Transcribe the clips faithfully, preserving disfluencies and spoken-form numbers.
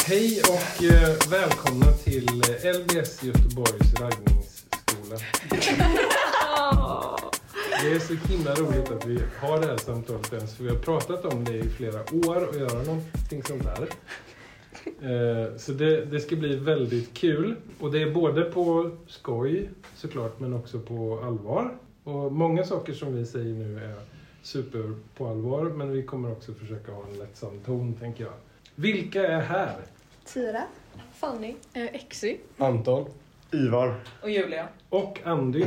Hej och eh, välkomna till L B S Göteborgs raggningsskola. Det är så himla roligt att vi har det här samtalet ens, för vi har pratat om det i flera år och göra någonting sånt där. Eh, så det, det ska bli väldigt kul, och det är både på skoj såklart men också på allvar. Och många saker som vi säger nu är super på allvar, men vi kommer också försöka ha en lättsam ton, tänker jag. Vilka är här? Tyra, Fanny, eh, Exy, Anton, Ivar och Julia. Och Andy.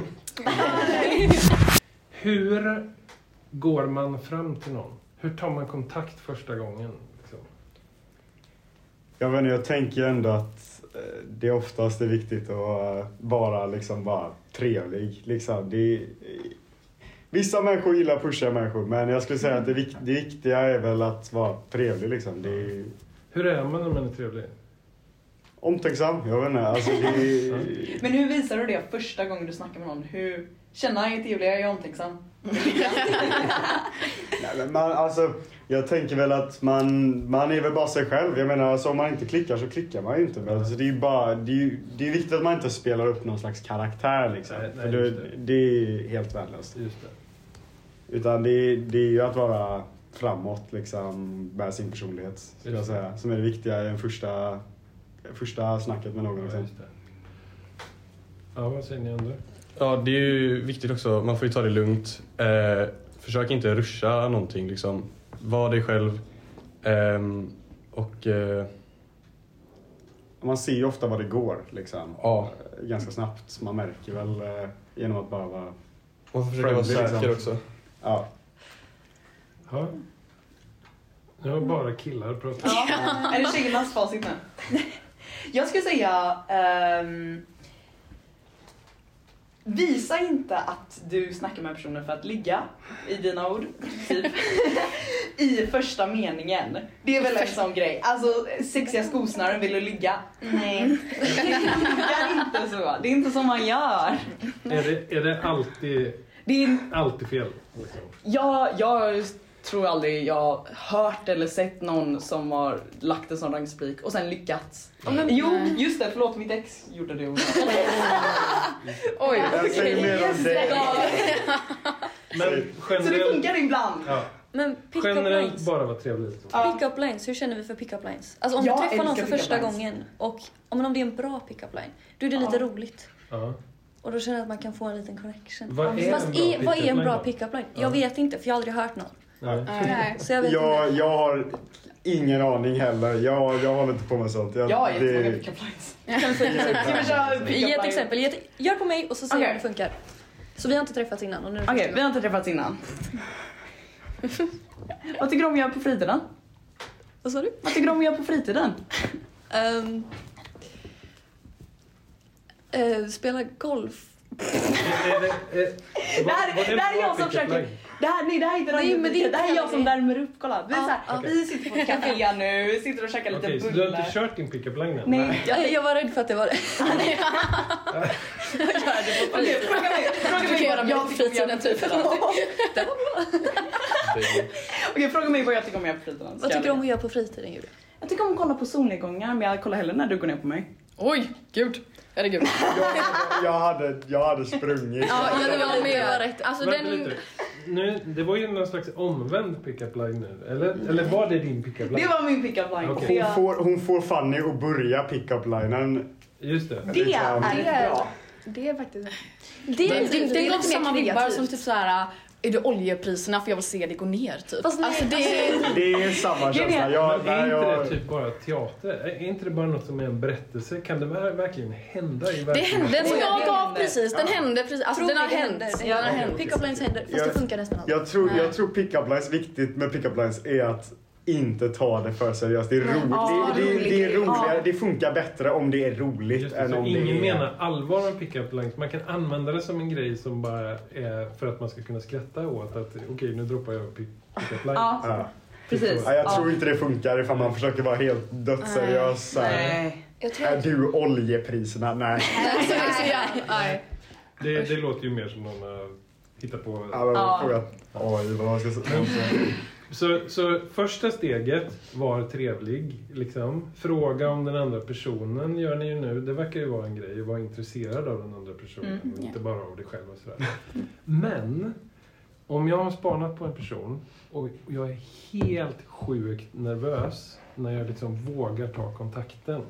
Hur går man fram till någon? Hur tar man kontakt första gången? Liksom? Jag vet inte, jag tänker ändå att det oftast är viktigt att vara liksom bara trevlig. Liksom. Det är, vissa människor gillar att pusha människor, men jag skulle säga att det, vik- det viktiga är väl att vara trevlig. Liksom. Det är... Hur är man när man är trevlig? Omtänksam, jag vet inte. Alltså, det är... Men hur visar du det första gången du snackar med någon? Hur känner jag är trevlig, jag är omtänksam? Nej, men man, alltså, jag tänker väl att man, man är väl bara sig själv. Jag menar, alltså, om man inte klickar så klickar man ju inte. Men, alltså, det, är bara, det, är, det är viktigt att man inte spelar upp någon slags karaktär. Liksom. Nej, nej, För det, det. det är helt värdelöst. Just det. Utan det, det är ju att vara framåt liksom, med sin personlighet, skulle jag säga. Som är det viktiga i en första, första snacket med någon. Ja, Liksom. just det. Ja, vad säger ni andra? ja det är ju viktigt också, man får ju ta det lugnt. Eh, försök inte ruscha någonting liksom. Var dig själv. Eh, och eh, Man ser ju ofta vad det går liksom. Ja. Ganska snabbt. Man märker väl eh, genom att bara vara... man får försöka vara Friendly, säker liksom. också. Ja. Ja. Nu har bara killar pratat. Ja. Är det tjejernas facit nu? Jag skulle säga... Um, visa inte att du snackar med personen för att ligga, i dina ord, typ. I första meningen. Det är väl en sån grej. Alltså, sexiga skosnören, vill du ligga? Nej. Det är inte så. Det är inte som man gör. Är det, är det alltid, Det är... alltid fel? Liksom? Jag, jag tror aldrig jag har hört eller sett någon som har lagt en sån raggspik och sen lyckats. Ja, men, Jo, just det, förlåt, mitt ex gjorde det. Oj, Jag säger mer om det. Men Så det generellt, funkar ibland. ja, men pick-up generellt lines. bara vara trevlig. Liksom. Ja. Pick-up lines, hur känner vi för pick-up lines? Alltså om Jag du träffar någon för älskar första pick-up lines. gången och om, om det är en bra pick-up line, då är det lite Ja. roligt. Ja. Och då känner jag att man kan få en liten connection. Vad är Fast en bra är, vad är en pick-up bra line? pick-up line? Ja. Jag vet inte, för jag har aldrig hört någon. Nej. Nej. Så jag vet Jag, inte. jag har ingen aning heller. Jag, jag håller inte på med sånt. Jag, Jag har jättemånga det- pick-up lines. Kan vi försöka- Ska vi köra pick-up Ge ett line? exempel, ge ett, gör på mig och så säger Okej. jag om det funkar. Så vi har inte träffats innan och nu är det Okej, första vi har inte träffats innan. Vad tycker du om att göra på fritiden? gången. Vad sa du? Vad tycker du om att göra på fritiden? Um, uh, spela golf. Är det, är, Det här, var- var det här är bra jag som pick-up försöker... line? Det här, nej, det här är inte Nej, men det är det här är jag inte som värmer upp. Kolla, vi, är Ja, så här, ja. vi sitter på ett café nu, vi sitter och käkar lite Okej, så du har bullar. inte kört din pick-up line än? Nej, jag, Jag, jag var rädd för att det var det. Okej, fråga mig, fråga Du mig kan göra vad mig jag på tycker om att göra fritiden på typ. fritiden. Okej, fråga mig vad jag tycker om att göra på fritiden. Ska Vad jag tycker du om välja? att göra på fritiden, Julia? Jag tycker om att kolla på solnedgångar, men jag kollar hellre när du går ner på mig. Oj, gud. Herregud. jag, jag, hade, jag hade sprungit. Ja, jag Det var var lite- det var med. rätt. Alltså Vänta den... lite. Nu, det var ju någon slags omvänd pick-up line nu. Eller, eller var det din pick-up line? Det var min pick-up line. Okej. Det, Hon får, hon får Fanny att börja pick-up-linen. Just det. det är Det ett är- bra. Det är faktiskt... Det Den, är, den, det är den gav lite mer samma vibbar kreativt. som typ såhär... Är det oljepriserna för jag vill se det gå ner typ. Fast nej, Alltså det är... Det är samma känsla. Jag, Men är nej, inte jag, det typ bara teater? Är inte det bara något som är en berättelse? Kan det ver- verkligen hända i Det verkligheten? hände, som Det jag gav händer. precis, den hände precis, alltså Tror den har vi det hänt. händer. Det Ja, den har händer. hänt. Pick-up lines händer, fast Jag- det funkar nästan aldrig. jag, tror, Nej. jag tror pick-up lines, viktigt med pick-up lines är att inte ta det för seriöst. Det är roligt. Ja, det, det, roligt. det är roligare. Ja. Det funkar bättre om det är roligt Just det, än så om ingen det är... menar allvar med pick-up lines. Man kan använda det som en grej som bara är för att man ska kunna skratta åt att okej, nu droppar jag pick- pick-up line. Ja, Ja. precis. Ja, jag Ja. tror inte det funkar ifall man försöker vara helt dödsseriös. så här. Nej. Jag tror Är att... du oljepriserna? Nej. Så, så, ja, nej. Det, det låter ju mer som någon har hittat på. Ja, men Ja. fråga A I vad man ska säga. Så, så första steget var trevlig. Liksom. Fråga om den andra personen gör ni ju nu. Det verkar ju vara en grej att vara intresserad av den andra personen. Mm, Inte ja. bara av dig själv och sådär. Men om jag har spanat på en person och jag är helt sjukt nervös när jag liksom vågar ta kontakten.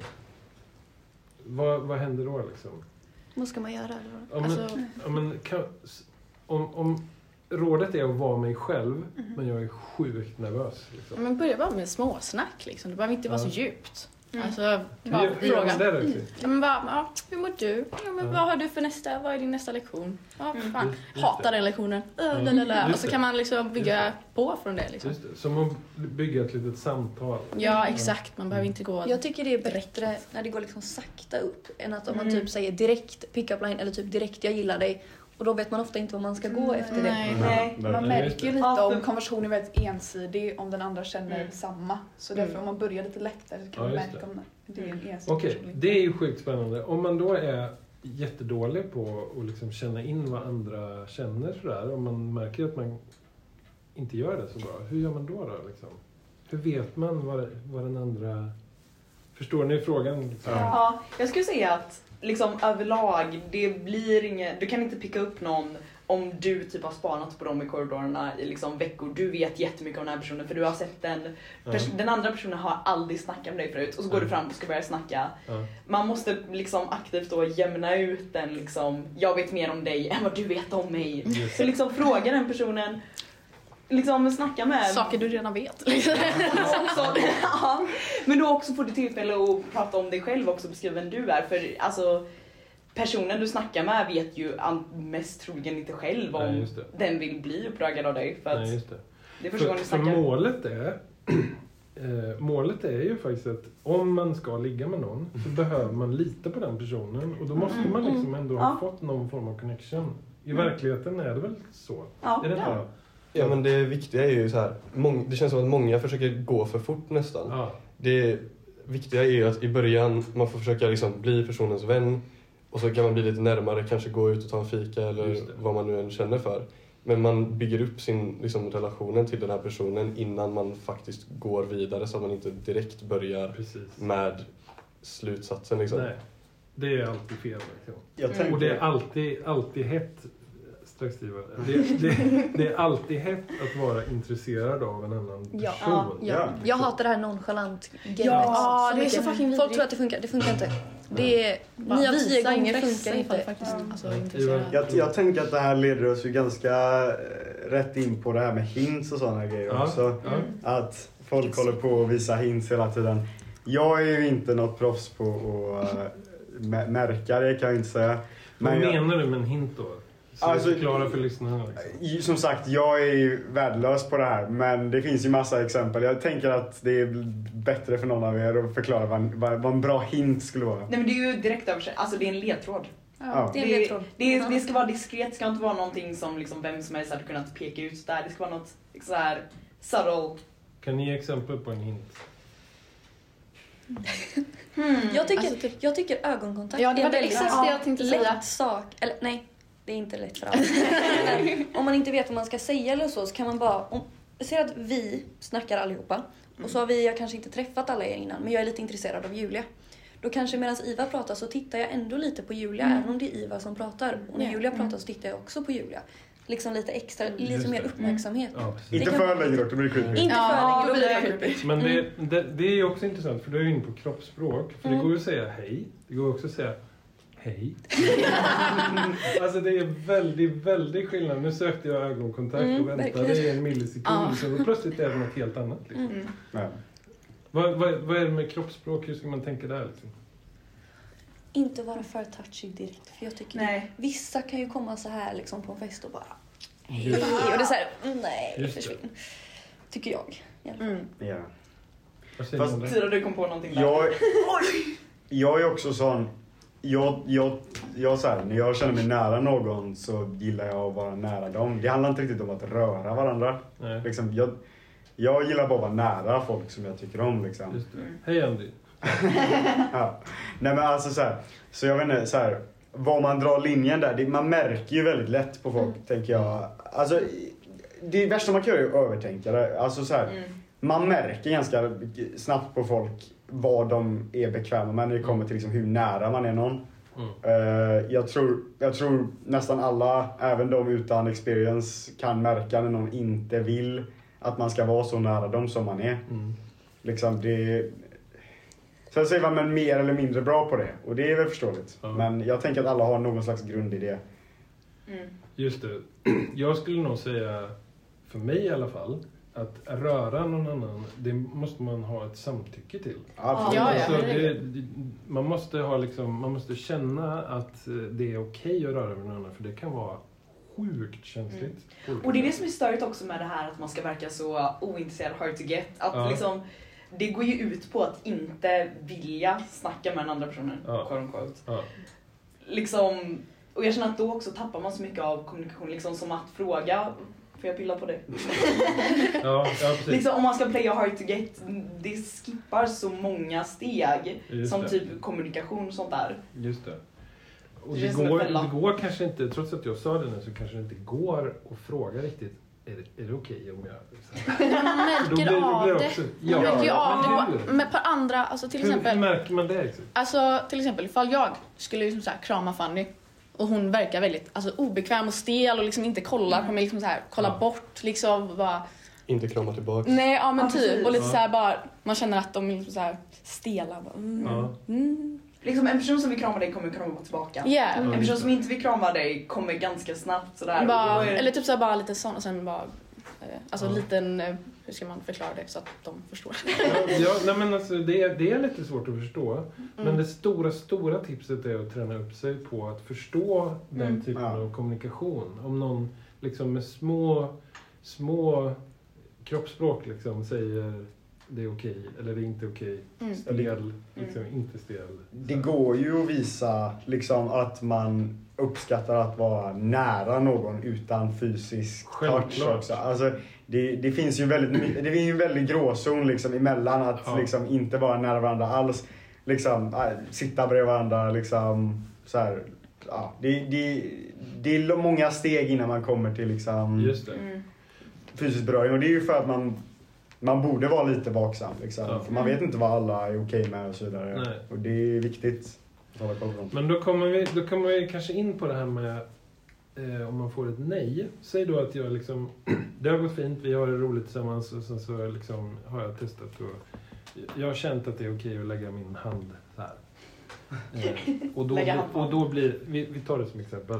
Vad, vad händer då liksom? Vad ska man göra då? Ja, men, Alltså- ja, men, kan, om, om rådet är att vara mig själv, Mm. men jag är sjukt nervös. Liksom. Men börja bara med småsnack liksom. Det behöver inte vara så Ja. djupt. Mm. Alltså, Hur, bara hur gör man fråga. det då? Liksom? Ja, men bara, ja, hur mår du? Ja, men Ja. vad har du för nästa? Vad är din nästa lektion? Ja, Mm. fan. Just- just Hatar det. den lektionen. Äh, Ja, lalala. just Och så det. kan man liksom Just bygga det. på från det. Liksom. Just det. Som att bygga ett litet samtal. Ja, exakt. Man behöver inte gå... Jag tycker det är bättre när det går liksom sakta upp än att om man Mm. typ säger direkt pick-up line eller typ direkt jag gillar dig och då vet man ofta inte vad man ska gå efter det. Nej. Nej. Nej. Man märker ju lite Ja, för- om konversationen är väldigt ensidig, om den andra känner Mm. samma. Så därför Mm. om man börjar lite lättare så kan Ja, man just märka det. om det är en ensidig Okej, person. det är ju sjukt spännande. Om man då är jättedålig på att liksom känna in vad andra känner sådär, om man märker att man inte gör det så bra, hur gör man då? då liksom? Hur vet man vad, vad den andra... Förstår ni frågan? Liksom? Ja, jag skulle säga att liksom överlag, det blir inget, du kan inte picka upp någon om du typ har spanat på dem i korridorerna i liksom veckor. Du vet jättemycket om den här personen för du har sett den. Pers- Ja. den andra personen har aldrig snackat med dig förut och så går Ja. du fram och ska börja snacka. Ja. Man måste liksom aktivt då jämna ut den liksom, jag vet mer om dig än vad du vet om mig. Just Så det. liksom fråga den personen, liksom snacka med. Saker du redan vet. Liksom. Också, ja. Men då också får du tillfälle att prata om dig själv också, beskriva vem du är. För alltså, personen du snackar med vet ju an- mest troligen inte själv om Nej, just det. den vill bli uppraggad av dig. För att Nej, just det. det är första För, gången du för snackar. målet är eh, målet är ju faktiskt att om man ska ligga med någon så behöver man lita på den personen och då måste man liksom ändå ha Ja. fått någon form av connection. I Mm. verkligheten är det väl så? Ja, Är det ja. inte? Ja, men det viktiga är ju så här. Mång, det känns som att många försöker gå för fort nästan. Ja. Det viktiga är ju att i början man får försöka liksom bli personens vän och så kan man bli lite närmare, kanske gå ut och ta en fika eller Just det. vad man nu än känner för. Men man bygger upp sin liksom, relationen till den här personen innan man faktiskt går vidare så att man inte direkt börjar Precis. med slutsatsen. Liksom. Nej, det är alltid fel. Liksom. Jag tänker, Och det är alltid, alltid hett, strax skriva, det, det, det är alltid hett att vara intresserad av en annan person. Ja, ja. ja. Jag hatar det här nonchalant gamet. Ja, det är så fucking Folk vidrigt. tror att det funkar, det funkar inte. Det är, Bara nio av tio visa gånger intresse funkar ifall du inte. faktiskt Ja. alltså, är intresserad. jag, jag tänker att det här leder oss ju ganska eh, rätt in på det här med hints och sådana grejer Ja. också. Ja. Att folk håller på att visa hints hela tiden. Jag är ju inte något proffs på att uh, mä- märka det, kan jag inte säga. Vad Men jag, menar du med en hint då? Så Alltså- förklara för lyssnarna. Liksom. som sagt, jag är ju värdelös på det här. Men det finns ju massa exempel. Jag tänker att det är bättre för någon av er att förklara vad en, vad, vad en bra hint skulle vara. Nej men det är ju direkt översatt, alltså det är en ledtråd. Ja. Det är en ledtråd. Det, är, det ska vara diskret, det ska inte vara någonting som liksom vem som helst hade kunnat peka ut där. Det ska vara något så här subtle. Kan ni ge exempel på en hint? Hmm. Jag tycker, Alltså, typ- jag tycker ögonkontakt Ja, det är var en det väldigt exakt det jag tänkte lätt säga. sak. Eller nej, det är inte lätt för alla. Om man inte vet vad man ska säga eller så, så kan man bara... Om, säg att vi snackar allihopa. Och så har vi, jag kanske inte träffat alla er innan, men jag är lite intresserad av Julia. Då kanske medan Iva pratar så tittar jag ändå lite på Julia, även om det är Iva som pratar. Och när Ja. Julia pratar så tittar jag också på Julia. Liksom lite extra, lite Just mer det. uppmärksamhet. Ja, precis. Inte kan- för länge dock, det blir creepy. Inte Ja, för då länge, blir då det blir det creepy. Men det, det, det är ju också intressant för du är inne på kroppsspråk. För Mm. det går ju att säga hej. Det går också att säga hej. Alltså det är väldigt, väldigt skillnad. Nu sökte jag ögonkontakt Mm, och väntade verkligen. i en millisekund. Ja. Så då plötsligt är det något helt annat. Liksom. Mm. Ja. Vad, vad, vad är det med kroppsspråk? Hur ska man tänka där? Liksom? Inte vara för touchy direkt. För jag tycker Nej. det, vissa kan ju komma så här liksom på en fest och bara hej. Just Och det är så här, mm, nej, Just det. försvinn. Tycker jag. Ja. Mm. Ja. Vad säger Fast- man där? Tyra, du kom på någonting där. Jag, jag är också sån. Jag, jag, jag så här, när jag känner mig nära någon så gillar jag att vara nära dem. Det handlar inte riktigt om att röra varandra. Nej, Liksom, jag, jag gillar bara att vara nära folk som jag tycker om. Liksom. just det. Hej Andy. Ja. Nej men alltså så här, så jag vet inte, så här, var man drar linjen där, det, man märker ju väldigt lätt på folk, tänker jag. Alltså, det värsta man kan göra är att övertänka det. Alltså så här, Mm. man märker ganska snabbt på folk vad de är bekväma med när det kommer till liksom hur nära man är någon. Mm. Uh, jag, tror, jag tror nästan alla, även de utan experience, kan märka när någon inte vill att man ska vara så nära dem som man är. Mm. Liksom det... Sen säger man men mer eller mindre bra på det. Och det är väl förståeligt. Ja. Men jag tänker att alla har någon slags grundidé. Mm. Just det. Jag skulle nog säga, för mig i alla fall, att röra någon annan, det måste man ha ett samtycke till. Absolut. Ja, ja. Alltså, det, det, man, måste ha liksom, man måste känna att det är okej att röra vid någon annan, för det kan vara sjukt känsligt. Mm. Och det är det som är störigt också med det här att man ska verka så ointresserad, hard to get. Att Ja. liksom, det går ju ut på att inte vilja snacka med den andra personen. Ja. Quote unquote. Ja. Liksom, och jag känner att då också tappar man så mycket av kommunikation. Liksom som att fråga, får jag pilla på det? Ja, ja, precis. Liksom, om man ska playa hard to get, det skippar så många steg. Just som det. typ kommunikation och sånt där. Just det. Och Det det, känns som en går, fälla. det går kanske inte, trots att jag sa det nu, så kanske det inte går att fråga riktigt, är det, är det okej om jag... Man Då blir- märker då av blir det. också- Man Ja, märker ju ja, av men det hur? på, men på andra, alltså till Hur, hur exempel. märker man det? Liksom? Alltså till exempel ifall jag skulle liksom så här krama Fanny och hon verkar väldigt alltså, obekväm och stel och liksom inte kollar på mig, liksom så här, kollar Ja. bort liksom och bara, Inte krama tillbaka. nej ja men Ja, typ precis. och lite Ja. så här bara, man känner att de är liksom så här stela bara, mm, Ja. mm. Liksom, en person som vill krama dig kommer krama tillbaka. Yeah. En Ja, person just som det. inte vill krama dig kommer ganska snabbt sådär. Bara, Och då är- eller typ så här, bara lite sån och sen bara eh, alltså Ja. en liten, eh, hur ska man förklara det så att de förstår? Ja, ja, nej, men alltså, det, är, det är lite svårt att förstå. Mm. Men det stora, stora tipset är att träna upp sig på att förstå den Mm. typen Ja. av kommunikation. Om någon liksom med små, små kroppsspråk liksom säger det är okej eller det är inte okej. Mm. Stel, liksom inte stel. Det går ju att visa liksom, att man uppskattar att vara nära någon utan fysisk touch Självklart. också. Alltså, det, det finns ju väldigt my- det finns ju en väldigt gråzon liksom, emellan att Ja. liksom, inte vara nära varandra alls. Liksom, äh, sitta bredvid varandra. Liksom, så här, ja, det, det, det är många steg innan man kommer till liksom, Just det. Mm. fysisk beröring. Och det är ju för att man, man borde vara lite vaksam. Liksom. Ja. För man vet inte vad alla är okej med och så vidare. Nej. Och det är viktigt att hålla koll på dem. Men då kommer vi, då kommer vi kanske in på det här med eh, om man får ett nej. Säg då att jag liksom, det har gått fint, vi har det roligt tillsammans och sen så liksom har jag testat och jag har känt att det är okej att lägga min hand så här. Eh, och, då, Lägga hand på. och då blir, vi, vi tar det som exempel,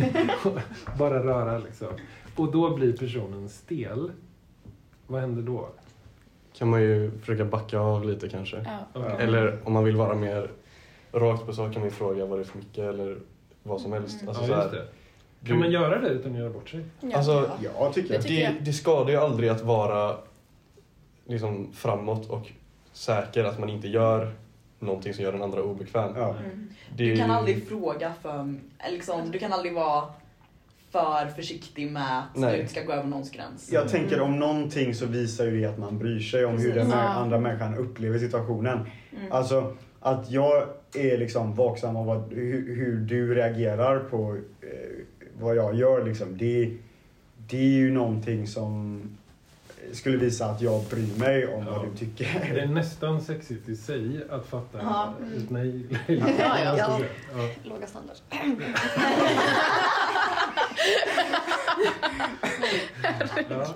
bara röra liksom. Och då blir personen stel. Vad händer då? Kan man ju försöka backa av lite kanske. Ja. Okej. Eller om man vill vara mer rakt på sak kan man ju fråga vad det är för mycket eller vad som helst. Alltså, så Ja, här, just det. Kan man göra det utan att göra bort sig? Ja. Alltså, Ja, tycker Det jag. tycker det, jag. det skadar ju aldrig att vara liksom framåt och säker att man inte gör någonting som gör den andra obekväm. Ja. Mm. Det är Du kan ju- aldrig fråga för, liksom, du kan aldrig vara för försiktig med att Nej. du inte ska gå över någons gräns. Jag tänker om någonting så visar ju det att man bryr sig om hur den Precis. här Ja. andra människan upplever situationen. Mm. Alltså att jag är liksom vaksam av vad, hur, hur du reagerar på eh, vad jag gör. Liksom. Det, det är ju någonting som skulle visa att jag bryr mig om Ja. vad du tycker. Det är nästan sexigt i sig att fatta Ja. ett nej. Ja, ja. Ja. Ja. Låga standard. Ja.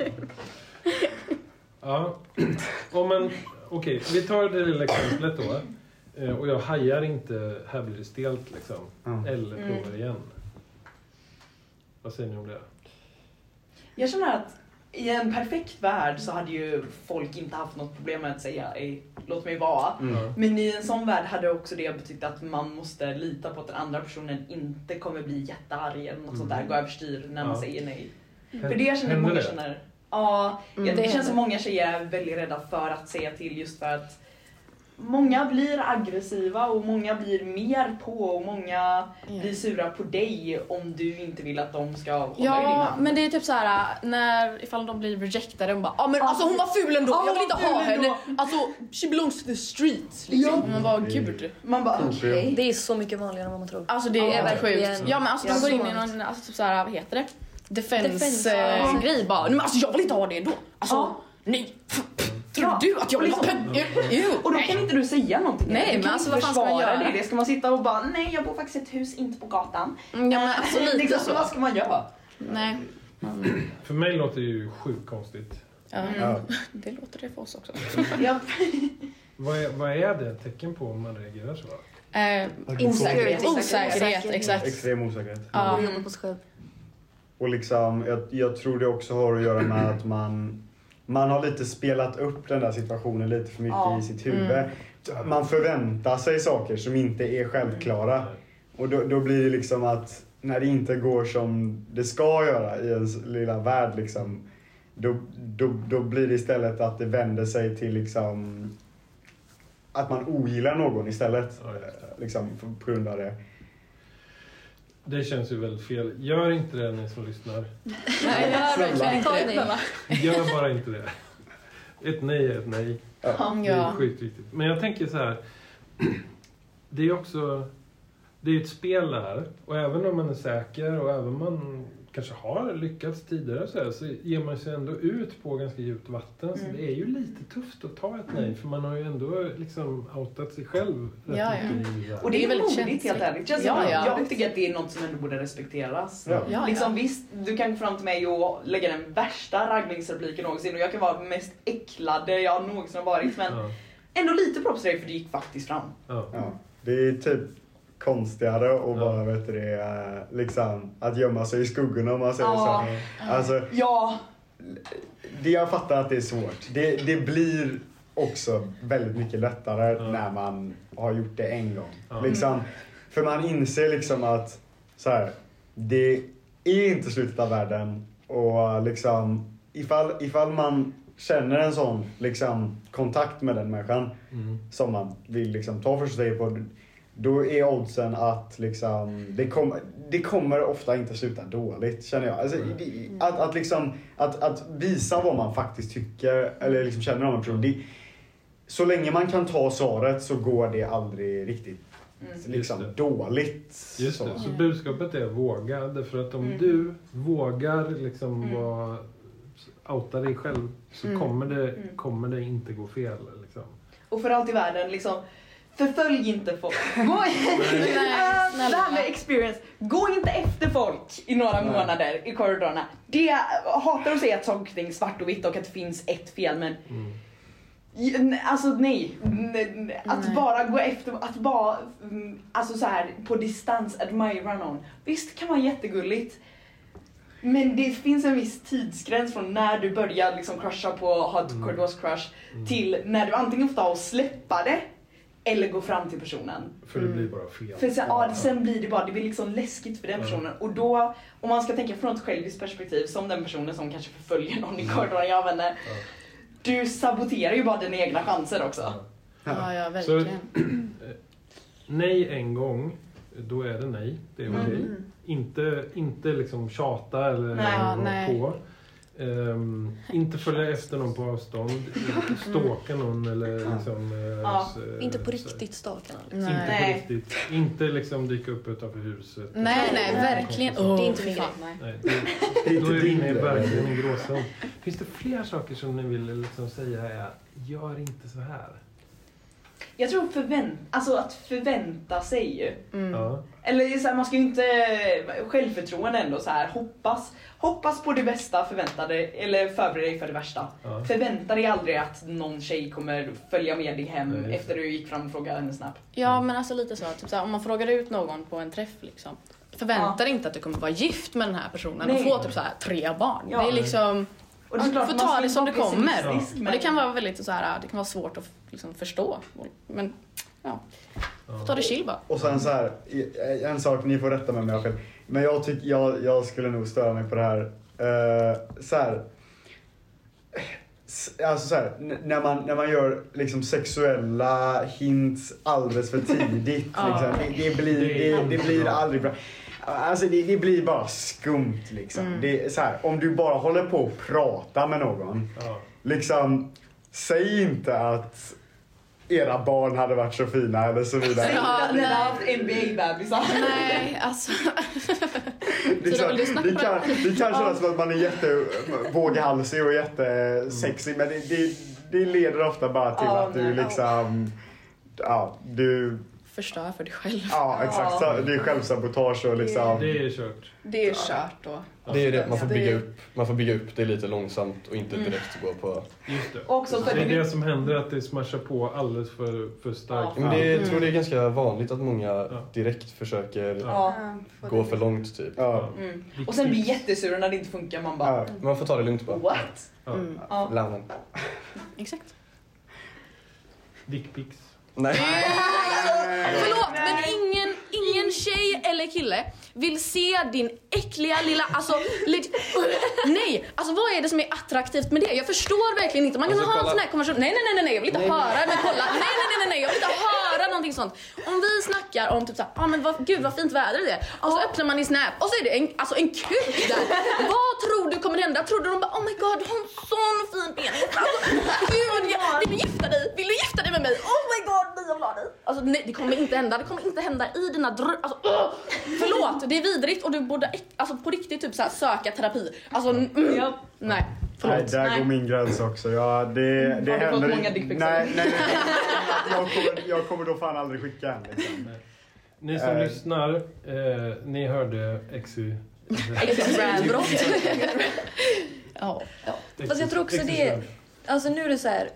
Ja. Om man, okej, vi tar det lilla exemplet då. Eh, Och jag hajar inte, här blir det stelt liksom. Ja. Eller Mm. provar igen. Vad säger ni om det? Jag känner att i en perfekt värld så hade ju folk inte haft något problem med att säga "Ej, låt mig vara. Mm. Ja. Men i en sån värld hade också det betytt att man måste lita på att den andra personen inte kommer bli jättearg eller något sånt där, Mm. gå överstyr när man Ja. säger nej. Hän- För det känner händer många det? känner. Ja, Mm, det, det känns händer. som många tjejer är väldigt rädda för att säga till just för att många blir aggressiva och många blir mer på och många blir sura på dig om du inte vill att de ska hålla i din Ja, hand. men det är typ så här när ifall de blir rejectade och bara ja men alltså hon var ful ändå, Ja, jag vill inte ful ha ändå. henne. Alltså she belongs to the streets liksom. Ja. Man bara gud. Man bara Okej. okej. Det är så mycket vanligare än vad man tror. Det, alltså det Ja, är verkligen. sjukt. Ja men alltså de Ja, går in så i någon, alltså typ så här, vad heter det? defense-grej bara. Nej, men alltså jag vill inte ha det då. Alltså, Ja. nej. Tror Ja, du att jag vill ha och pengar? Och då kan inte du säga någonting. Nej, Du men kan alltså, inte vad fan ska man försvara göra? Det. det ska man sitta och bara, nej jag bor faktiskt i ett hus inte på gatan. Ja, men alltså lite liksom, så. Vad ska man göra? Nej. För mig låter det ju sjukt konstigt. Ja, Ja. det låter det för oss också. Ja. Vad är, vad är det ett tecken på om man reagerar så? Eh, Osäkerhet. Osäkerhet, exakt. Extrem osäkerhet. Ja. Och jobba på sig själv. Och liksom, jag, jag tror det också har att göra med att man, man har lite spelat upp den där situationen lite för mycket Ja. i sitt huvud. Man förväntar sig saker som inte är självklara. Och då, då blir det liksom att när det inte går som det ska göra i ens lilla värld liksom, då, då, då blir det istället att det vänder sig till liksom att man ogillar någon istället. Ja, Liksom, på, på grund av det. Det känns ju väldigt fel. Gör inte det ni som lyssnar. Nej, jag gör verkligen inte Ta det. nej. Gör bara inte det. Ett nej är ett nej. Det är Ja. sjukt viktigt. Men jag tänker så här. Det är också... Det är ett spel det här. Och även om man är säker och även om man kanske har lyckats tidigare så, här, så ger man sig ändå ut på ganska djupt vatten. Så Mm. det är ju lite tufft att ta ett nej. För man har ju ändå liksom outat sig själv rätt Ja, ja. mycket i det här. Och det Det är är väldigt modigt känsligt. helt ärligt. Känns Ja, som- ja. Jag tycker att det är något som ändå borde respekteras. Ja. Ja, Liksom, ja. visst, du kan gå fram till mig och lägga den värsta raggningsrepliken någonsin och jag kan vara mest äcklade jag någonsin har varit, men Ja, ändå lite props till dig för det gick faktiskt fram. ja. Ja. Det är typ konstigare och Ja. bara vet du det, eh, liksom att gömma sig i skuggorna om man säger Ja. så. Alltså, Ja, det jag fattar att det är svårt. Det, det blir också väldigt mycket lättare Ja. när man har gjort det en gång. Ja. Liksom, för man inser liksom att så här, det är inte slutet av världen och liksom ifall, ifall man känner en sån liksom, kontakt med den människan Mm. som man vill liksom, ta första steget på, då är oddsen att liksom, det, kom, det kommer ofta inte sluta dåligt, känner jag. Alltså, det, att, att, liksom, att, att visa vad man faktiskt tycker eller liksom känner om en person. Det, så länge man kan ta svaret så går det aldrig riktigt Mm. liksom, Just det. dåligt. Just så. det. Så budskapet är våga. Därför att om Mm. du vågar liksom Mm. vara, outa dig själv så Mm. kommer, det, Mm. kommer det inte gå fel. Liksom. och för allt i världen liksom, förfölj inte folk. Gå Nej, Ah, det snälla. här med experience. Gå inte efter folk i några Nej. månader i korridorerna. Det jag hatar att säga att saker och ting är svart och vitt och att det finns ett fel, men Mm. J- Alltså nej, N- att Nej. bara gå efter, att bara, mm, alltså så här på distans admira någon. Visst kan vara jättegulligt. Men det finns en viss tidsgräns från när du börjar liksom crusha på, ha ett Mm. korridorscrush Mm. till när du antingen får ta och släppa det eller gå fram till personen. För det Mm. blir bara fel. För sen, ja, sen blir det bara, det blir liksom läskigt för den Mm. personen. Och då, om man ska tänka från ett själviskt perspektiv, som den personen som kanske förföljer någon i korridoren, jag vet inte. Ja. Du saboterar ju bara dina egna chanser också. Ja. Ja, ja, Så, verkligen. nej en gång, då är det nej. Det är Mm. okej. Inte, inte liksom tjata eller Nej. vara Nej. på. Ehm, inte följa efter någon på avstånd. Inte stalka någon eller liksom... eh, Ja, s- Inte på så- riktigt stalkarna. Inte Nej. Nej. på riktigt. Inte liksom dyka upp utanför huset. Nej, nej, verkligen. Det är Oh, inte min fy fan, grej. nej. Nej, det, Inte då är vi din inne i grej. verkligen en gråzon. Finns det fler saker som ni vill liksom säga är gör inte så här? Jag tror förvänt, alltså att förvänta sig ju. Mm. Ja. Eller så här, man ska ju inte, självförtroende ändå så här, hoppas, hoppas på det bästa, förvänta dig, eller förbered dig för det värsta. Ja. Förvänta dig aldrig att någon tjej kommer följa med dig hem Nej, just det. efter du gick fram och frågade henne snabbt. Ja, men alltså lite så. Typ så här, om man frågar ut någon på en träff liksom. Förvänta dig inte att du kommer vara gift med den här personen Nej. och få typ så här tre barn. Ja. Det är liksom... Och Ja, är klart, får man ta ska det inte som vara det kommer. pessimistisk, Ja. Men det kan vara väldigt så här, det kan vara svårt att liksom förstå. Men ja, ta det chill bara. Och sen så här, en sak, ni får rätta mig om jag har fel. Men jag tycker, jag, jag skulle nog störa mig på det här. Uh, så här. s- Alltså så här, n- när man, när man gör liksom sexuella hints alldeles för tidigt. Ja. liksom, det, det, blir, det, det blir aldrig bra. Alltså det, det blir bara skumt liksom. Mm. Det är så här, om du bara håller på att prata med någon. Ja. Liksom, säg inte att era barn hade varit så fina eller så vidare. Ja, Ni hade nej. haft N B A-bebisar. Nej, alltså. Det, Så kan, du vill lyssna det, på kan, det? det kan kännas som att man är jättevåghalsig och jättesexig men det, det, det leder ofta bara till Ja, att du nej. liksom... Ja, du... Förstör för dig själv. Ja, exakt. Ja. Så det är självsabotage och liksom... Det är kört. Det är kört då. Det är det, man får Det- bygga upp, man får bygga upp det lite långsamt och inte direkt gå på... Just det. Också för Det är det- det som händer, att det smashar på alldeles för, för starkt. Men det, Mm. jag tror det är ganska vanligt att många Ja. direkt försöker Ja. får gå det- för långt typ. Ja. Mm. Och sen blir jättesura när det inte funkar. Man bara, Ja. Man får ta det lugnt bara. what? Ja. Mm. Ja. Ibland. Exakt. Dickpics. Nej. Förlåt, men ingen, ingen tjej eller kille vill se din äckliga lilla, alltså, lit, nej, alltså vad är det som är attraktivt med det? Jag förstår verkligen inte. Man kan Alltså, ha en kolla. sån här konversation. Nej, nej, nej, nej, jag vill inte Nej, höra, men kolla. Nej, nej, nej, nej, nej, jag vill inte höra någonting sånt. Om vi snackar om typ såhär, ja ah, men vad, gud vad fint väder det är. Och så öppnar man i Snap och så är det en, alltså en kuk där. Vad tror du kommer hända? Tror du de bara, oh my god, du har en sån fin penis. Alltså, gud, jag, vill du gifta dig? Vill du gifta dig med mig? Oh my god, vi har dig. Alltså nej, det kommer inte hända. Det kommer inte hända i dina drömmar. Alltså, uh, förlåt, det är vidrigt och du borde alltså, på riktigt typ så här, söka terapi. Alltså, mm, Ja. nej, förlåt. Nej, där Nej. går min gräns också. Ja, det, det Har du fått händer många i- dickpics? Nej, nej, nej. Jag kommer, jag kommer då fan aldrig skicka en. Liksom. Ni som Eh. lyssnar, eh, ni hörde Exy. Brandbrott. Ja. Fast jag tror också det- Alltså nu är det så här.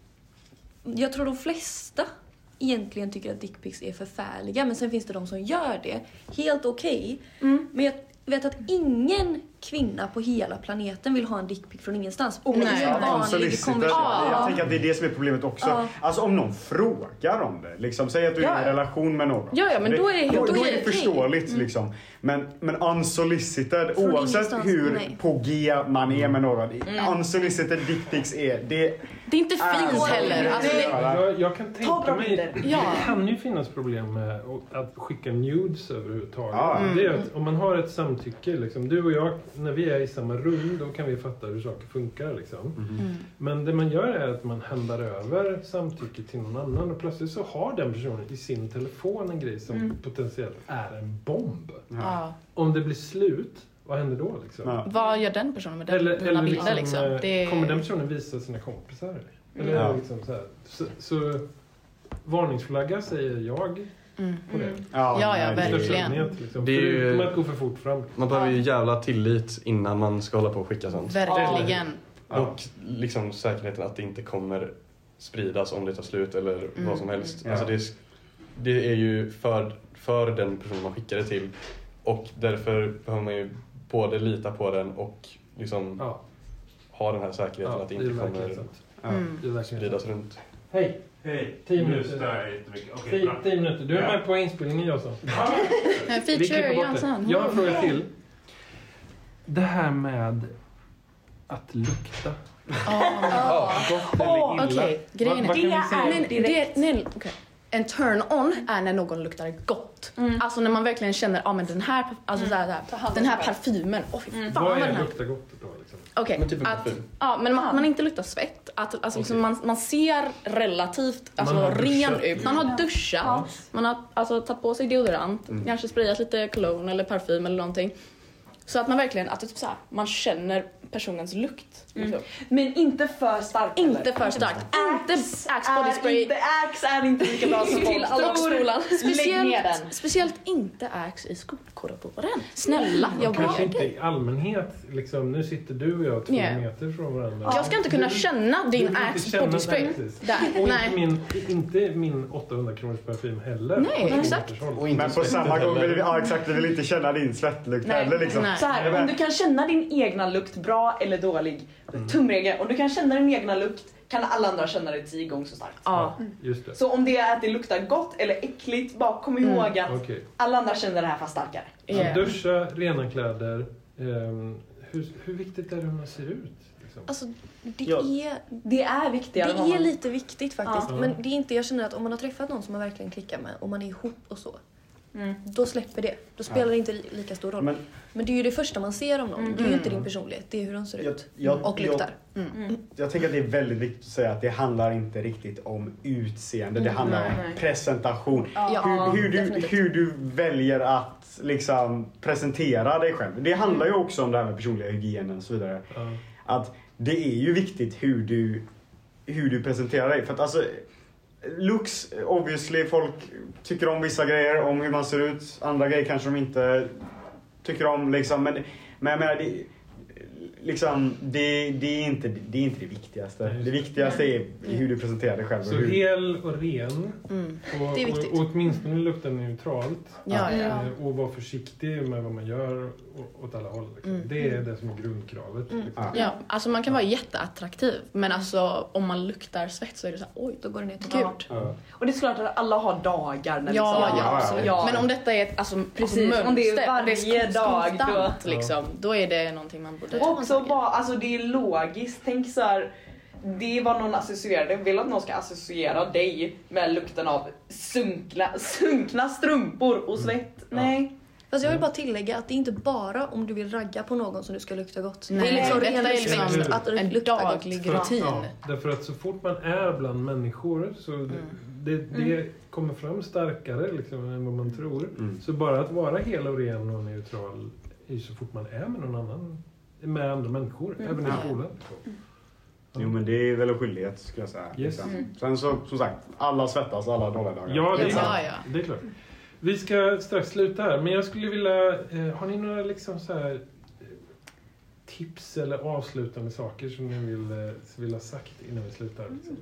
Jag tror de flesta egentligen tycker att dickpics är förfärliga. Men sen finns det de som gör det. Helt okej. Mm. Men jag vet att ingen kvinna på hela planeten vill ha en dickpic från ingenstans. Oh, det nej. är en vanlig Unsolicited. konversation. Jag tänker att det är det som är problemet också. Ja. Alltså om någon frågar om det. Liksom, säg att du är i Ja. en relation med någon. Ja, ja, men då är det- då, då då är är det det okej. förståeligt. Liksom. Men, men unsolicited, Från oavsett ingenstans, hur nej. på G man är med någon. Unsolicited dickpics är... Det, Det är inte fint Ah, heller. Alltså, det, Jag, jag kan Ta tänka bra mig, bilder. det Ja. kan ju finnas problem med att skicka nudes överhuvudtaget. Ja. Mm. Det är att om man har ett samtycke, liksom, du och jag, när vi är i samma rum, då kan vi fatta hur saker funkar. Liksom. mm. Men det man gör är att man händar över samtycke till någon annan och plötsligt så har den personen i sin telefon en grej som Mm. potentiellt är en bomb. ja. Om det blir slut, vad händer då? Liksom? Ja. Vad gör den personen med den, Eller, dina eller bilder? liksom, Liksom? eh, Det... kommer den personen visa sina kompisar? Eller Ja. liksom så, här. Så, så varningsflagga säger jag Mm. på det. Ja, ja, nej, det- verkligen. Största liksom. Det är ju- Förutom att gå för fort fram. Man behöver ju jävla tillit innan man ska hålla på och skicka sånt. Verkligen. Ja. Och liksom säkerheten att det inte kommer spridas om det tar slut eller Mm. vad som helst. Ja. Alltså det, är, det är ju för, för den personen man skickar det till. Och därför behöver man ju både lita på den och liksom Ja, ha den här säkerheten ja att det det är inte verkligen kommer sant. Ja. Mm. Det är verkligen spridas sant. runt. Hej! Hej, Tio nu minuter. stör jag jättemycket. Okej, Tio, bra. tio minuter. Du är Ja. med på inspelningen, Jansson. Ja. En Vi klipper feature bort det. Jansson. Jag har en fråga till. Det här med att lukta. Ja. Gott eller illa. Okej, grejen Vad- är- vad kan vi Det säga? är- Nej, direkt. det, nej, okej. En turn-on är när någon luktar gott. Alltså när man verkligen känner, ja ah, men den här, alltså så här, så Ta här, hand den om här sig själv. parfymen, åh fy fan Vad vad den är här. lukta gott då? Liksom? Okej, Men typ en att, parfym. ja, men man, man inte luktar svett. Att, alltså, liksom, man, man ser relativt alltså, Man har ren duschat. ut. Man har duschat, man har alltså, tagit på sig deodorant, kanske sprayat lite cologne eller parfym eller någonting. Så att man verkligen, att det, typ så här, man känner personens lukt. Liksom. Men inte för starkt. Inte eller? för starkt. Inte Axe body Är spray. inte, Axe är inte lika bra som Till folk alla tror. skolan. Lägg ner Speciellt, den. speciellt inte Axe i skolkorridoren. Snälla, jag Kanske ber inte dig. i allmänhet. Liksom, nu sitter du och jag två Ja. meter från varandra. Jag ska inte kunna Du- känna du din vill inte Axe känna body spray. den, precis. Där. Och Nej. inte min, inte min åttahundra kronors parfym heller. Nej, På två exakt. meters håll. Och inte Men på svettigt samma gång heller. vill vi, ja, exakt, vi vill inte känna din svettlukt Nej, heller. Liksom. nej. Så här, om du kan känna din egna lukt bra eller dålig, tumregel, om du kan känna din egna lukt kan alla andra känna det tio gånger så starkt. Ja. Just det. Så om det är att det luktar gott eller äckligt, bara kom ihåg att Okej. alla andra känner det här fast starkare. Så Yeah. duscha, rena kläder. Ehm, hur, hur viktigt är det hur man ser ut? Liksom? Alltså, det Ja. är... Det är viktigare än Det vad är man- lite viktigt faktiskt. Ja. Men det är inte, jag känner att om man har träffat någon som man verkligen klickar med och man är ihop och så. Mm. Då släpper det. Då spelar ja. det inte lika stor roll. Men, Men det är ju det första man ser om någon. Mm. Det är ju inte din personlighet. Det är hur de ser jag, ut. jag, och luktar. Jag, mm. jag tänker att det är väldigt viktigt att säga att det handlar inte riktigt om utseende. Mm. Det handlar nej, om nej. presentation. Ja, hur, hur, du, hur du väljer att liksom presentera dig själv. Det handlar ju också om det här med personliga hygienen och så vidare. Mm. Att det är ju viktigt hur du, hur du presenterar dig. För att alltså, looks, obviously, folk tycker om vissa grejer, om hur man ser ut. Andra grejer kanske de inte tycker om. Liksom. Men, men jag menar, det, liksom, det, det, är inte, det är inte det viktigaste. Nej, det viktigaste är hur du presenterar dig själv. Så hur... hel och ren. Mm. Och, det är viktigt. Och, och åtminstone lukta neutralt. Ja, ja. Och vara försiktig med vad man gör åt alla håll. Liksom. Mm. Det är det som är grundkravet. Mm. Liksom. Ja, alltså man kan vara jätteattraktiv. Men alltså om man luktar svett så är det så här, oj, då går det ner till gud. Ja. Ja. Och det är klart att alla har dagar när Ja, liksom, ja, absolut. ja. Men om detta är ett alltså, Precis, mönster, om det är varje det dag, konstant, då- liksom, då är det någonting man borde... Och också bara, alltså det är logiskt. Tänk så här, det är vad någon associerar. Vill att någon ska associera dig med lukten av sunkna, sunkna strumpor och svett. Ja. Nej. Fast jag vill bara tillägga att det är inte bara om du vill ragga på någon som du ska lukta gott. Nej, det är liksom detta ren är respekt liksom att en lukta gott. daglig För att- rutin. Ja, därför att så fort man är bland människor så Mm. det, det mm. kommer fram starkare liksom, än vad man tror. Mm. Så bara att vara hel och ren och neutral är så fort man är med någon annan, med andra människor, Mm. även i Ja. skolan. Mm. Jo, men det är väl en skyldighet, skulle jag säga. Yes. Liksom. Mm. Sen så, som sagt, alla svettas alla dåliga dagar. Ja, det är, Ja, klart. ja. det är klart. Vi ska strax sluta här, men jag skulle vilja... Eh, har ni några liksom så här, eh, tips eller avslutande saker som ni vill, eh, vill ha sagt innan vi slutar? Liksom?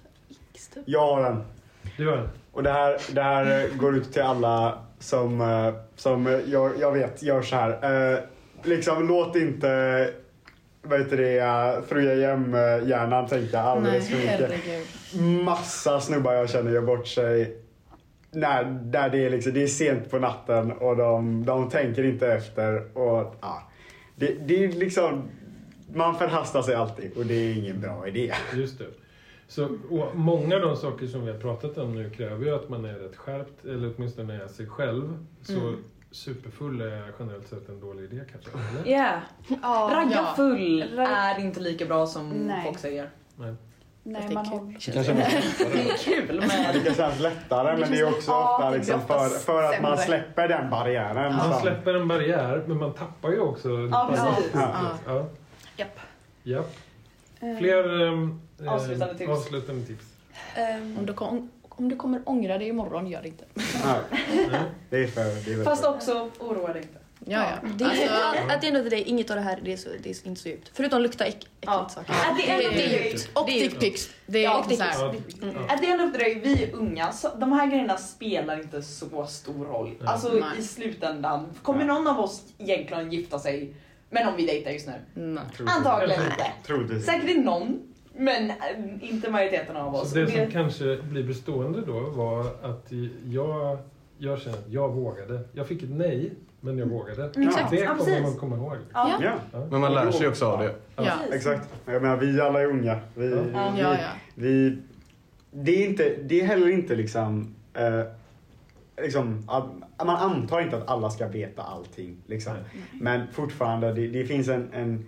Jag har en. Du har en. Och det här, det här går ut till alla som, eh, som eh, jag, jag vet gör så här. Eh, liksom, låt inte... Vad heter det? eh, Fruja Jem-hjärnan tänka alldeles för Nej, mycket. herregud. Massa snubbar jag känner gör bort sig när, där det är, liksom, det är sent på natten och de, de tänker inte efter. Och, ja, det, det är liksom, man förhastar sig alltid och det är ingen bra idé. Just det. Så, och många av de saker som vi har pratat om nu kräver ju att man är rätt skärpt, eller åtminstone är sig själv. Så Mm. superfull är generellt sett en dålig idé kanske. Eller? Ja. Yeah. Ja. Ragga Ja. full Ragg- är inte lika bra som Nej. folk säger. Nej. Nej, Fast det är man kul. har... Det kanske är Det är kul Ja, men... det kan kännas lättare Det men det är känns- också ja, ofta det liksom blir för, oftast för att man sämre. släpper den barriären. Man så. släpper en barriär, men man tappar ju också... Ja, precis. Ja. Ja. Japp. Japp. Eh, Fler um, eh, Avslutande tips. avslutande tips. Ehm, Om du, kom, om du kommer ångra det imorgon, gör det inte. Ja, Nej. det är för... Det är väl Fast för. också, oroa dig inte. Ja, ja. det är, Alltså, att det ändå det, inget av det här det är, så, det är inte så djupt. Förutom lukta äck, äckligt Ja. saker. At the end of the det är day, djupt. Och Det är djupt. dickpics. Det är Ja, också så här. Ja, Mm. ja. at the end of the day, vi är unga, så de här grejerna spelar inte så stor roll. Nej. Alltså Nej. i slutändan, kommer Nej. någon av oss egentligen gifta sig? Men om vi dejtar just nu? Nej. Troligtvis. Antagligen inte. Troligtvis. Säkert är någon, men äh, inte majoriteten av oss. Så det Och som kanske blir bestående då var att jag, jag kände att jag vågade. Jag fick ett nej, men jag vågade. Exakt. Det Ja, kommer precis. man komma ihåg. Ja. Ja, Ja. Men man lär sig också av det. Ja. exakt. Jag menar, vi alla är unga. Vi, Ja. Ja. vi, Ja, ja. vi, det, är inte, det är heller inte liksom... Eh, liksom att, man antar inte att alla ska veta allting. Liksom. Nej. Men fortfarande, det, det finns en, en,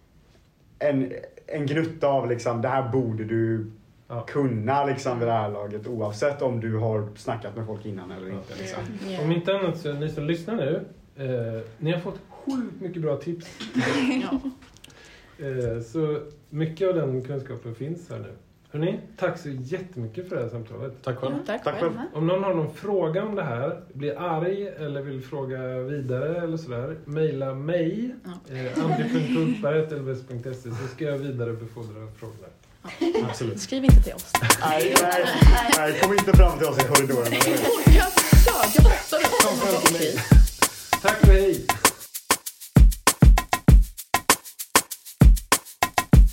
en, en gnutta av liksom, det här borde du Ja. kunna liksom, vid det här laget. Oavsett om du har snackat med folk innan eller inte. Liksom. Ja. Om inte annat så, ni som lyssnar nu, eh, ni har fått sjukt mycket bra tips. Ja. Eh, så mycket av den kunskapen finns här nu. Hörrni, tack så jättemycket för det här samtalet. Tack själv. Tack, Tack själv. själv. Om någon har någon fråga om det här, blir arg eller vill fråga vidare eller sådär, mejla mig, Ja. eh, andri punkt hultberg at l v s punkt s e, så ska jag vidarebefordra frågorna. Absolut. Skriv inte till oss. Nej, nej, nej, kom inte fram till oss i korridoren. Jag kör, jag fattar. Kom fram till mig.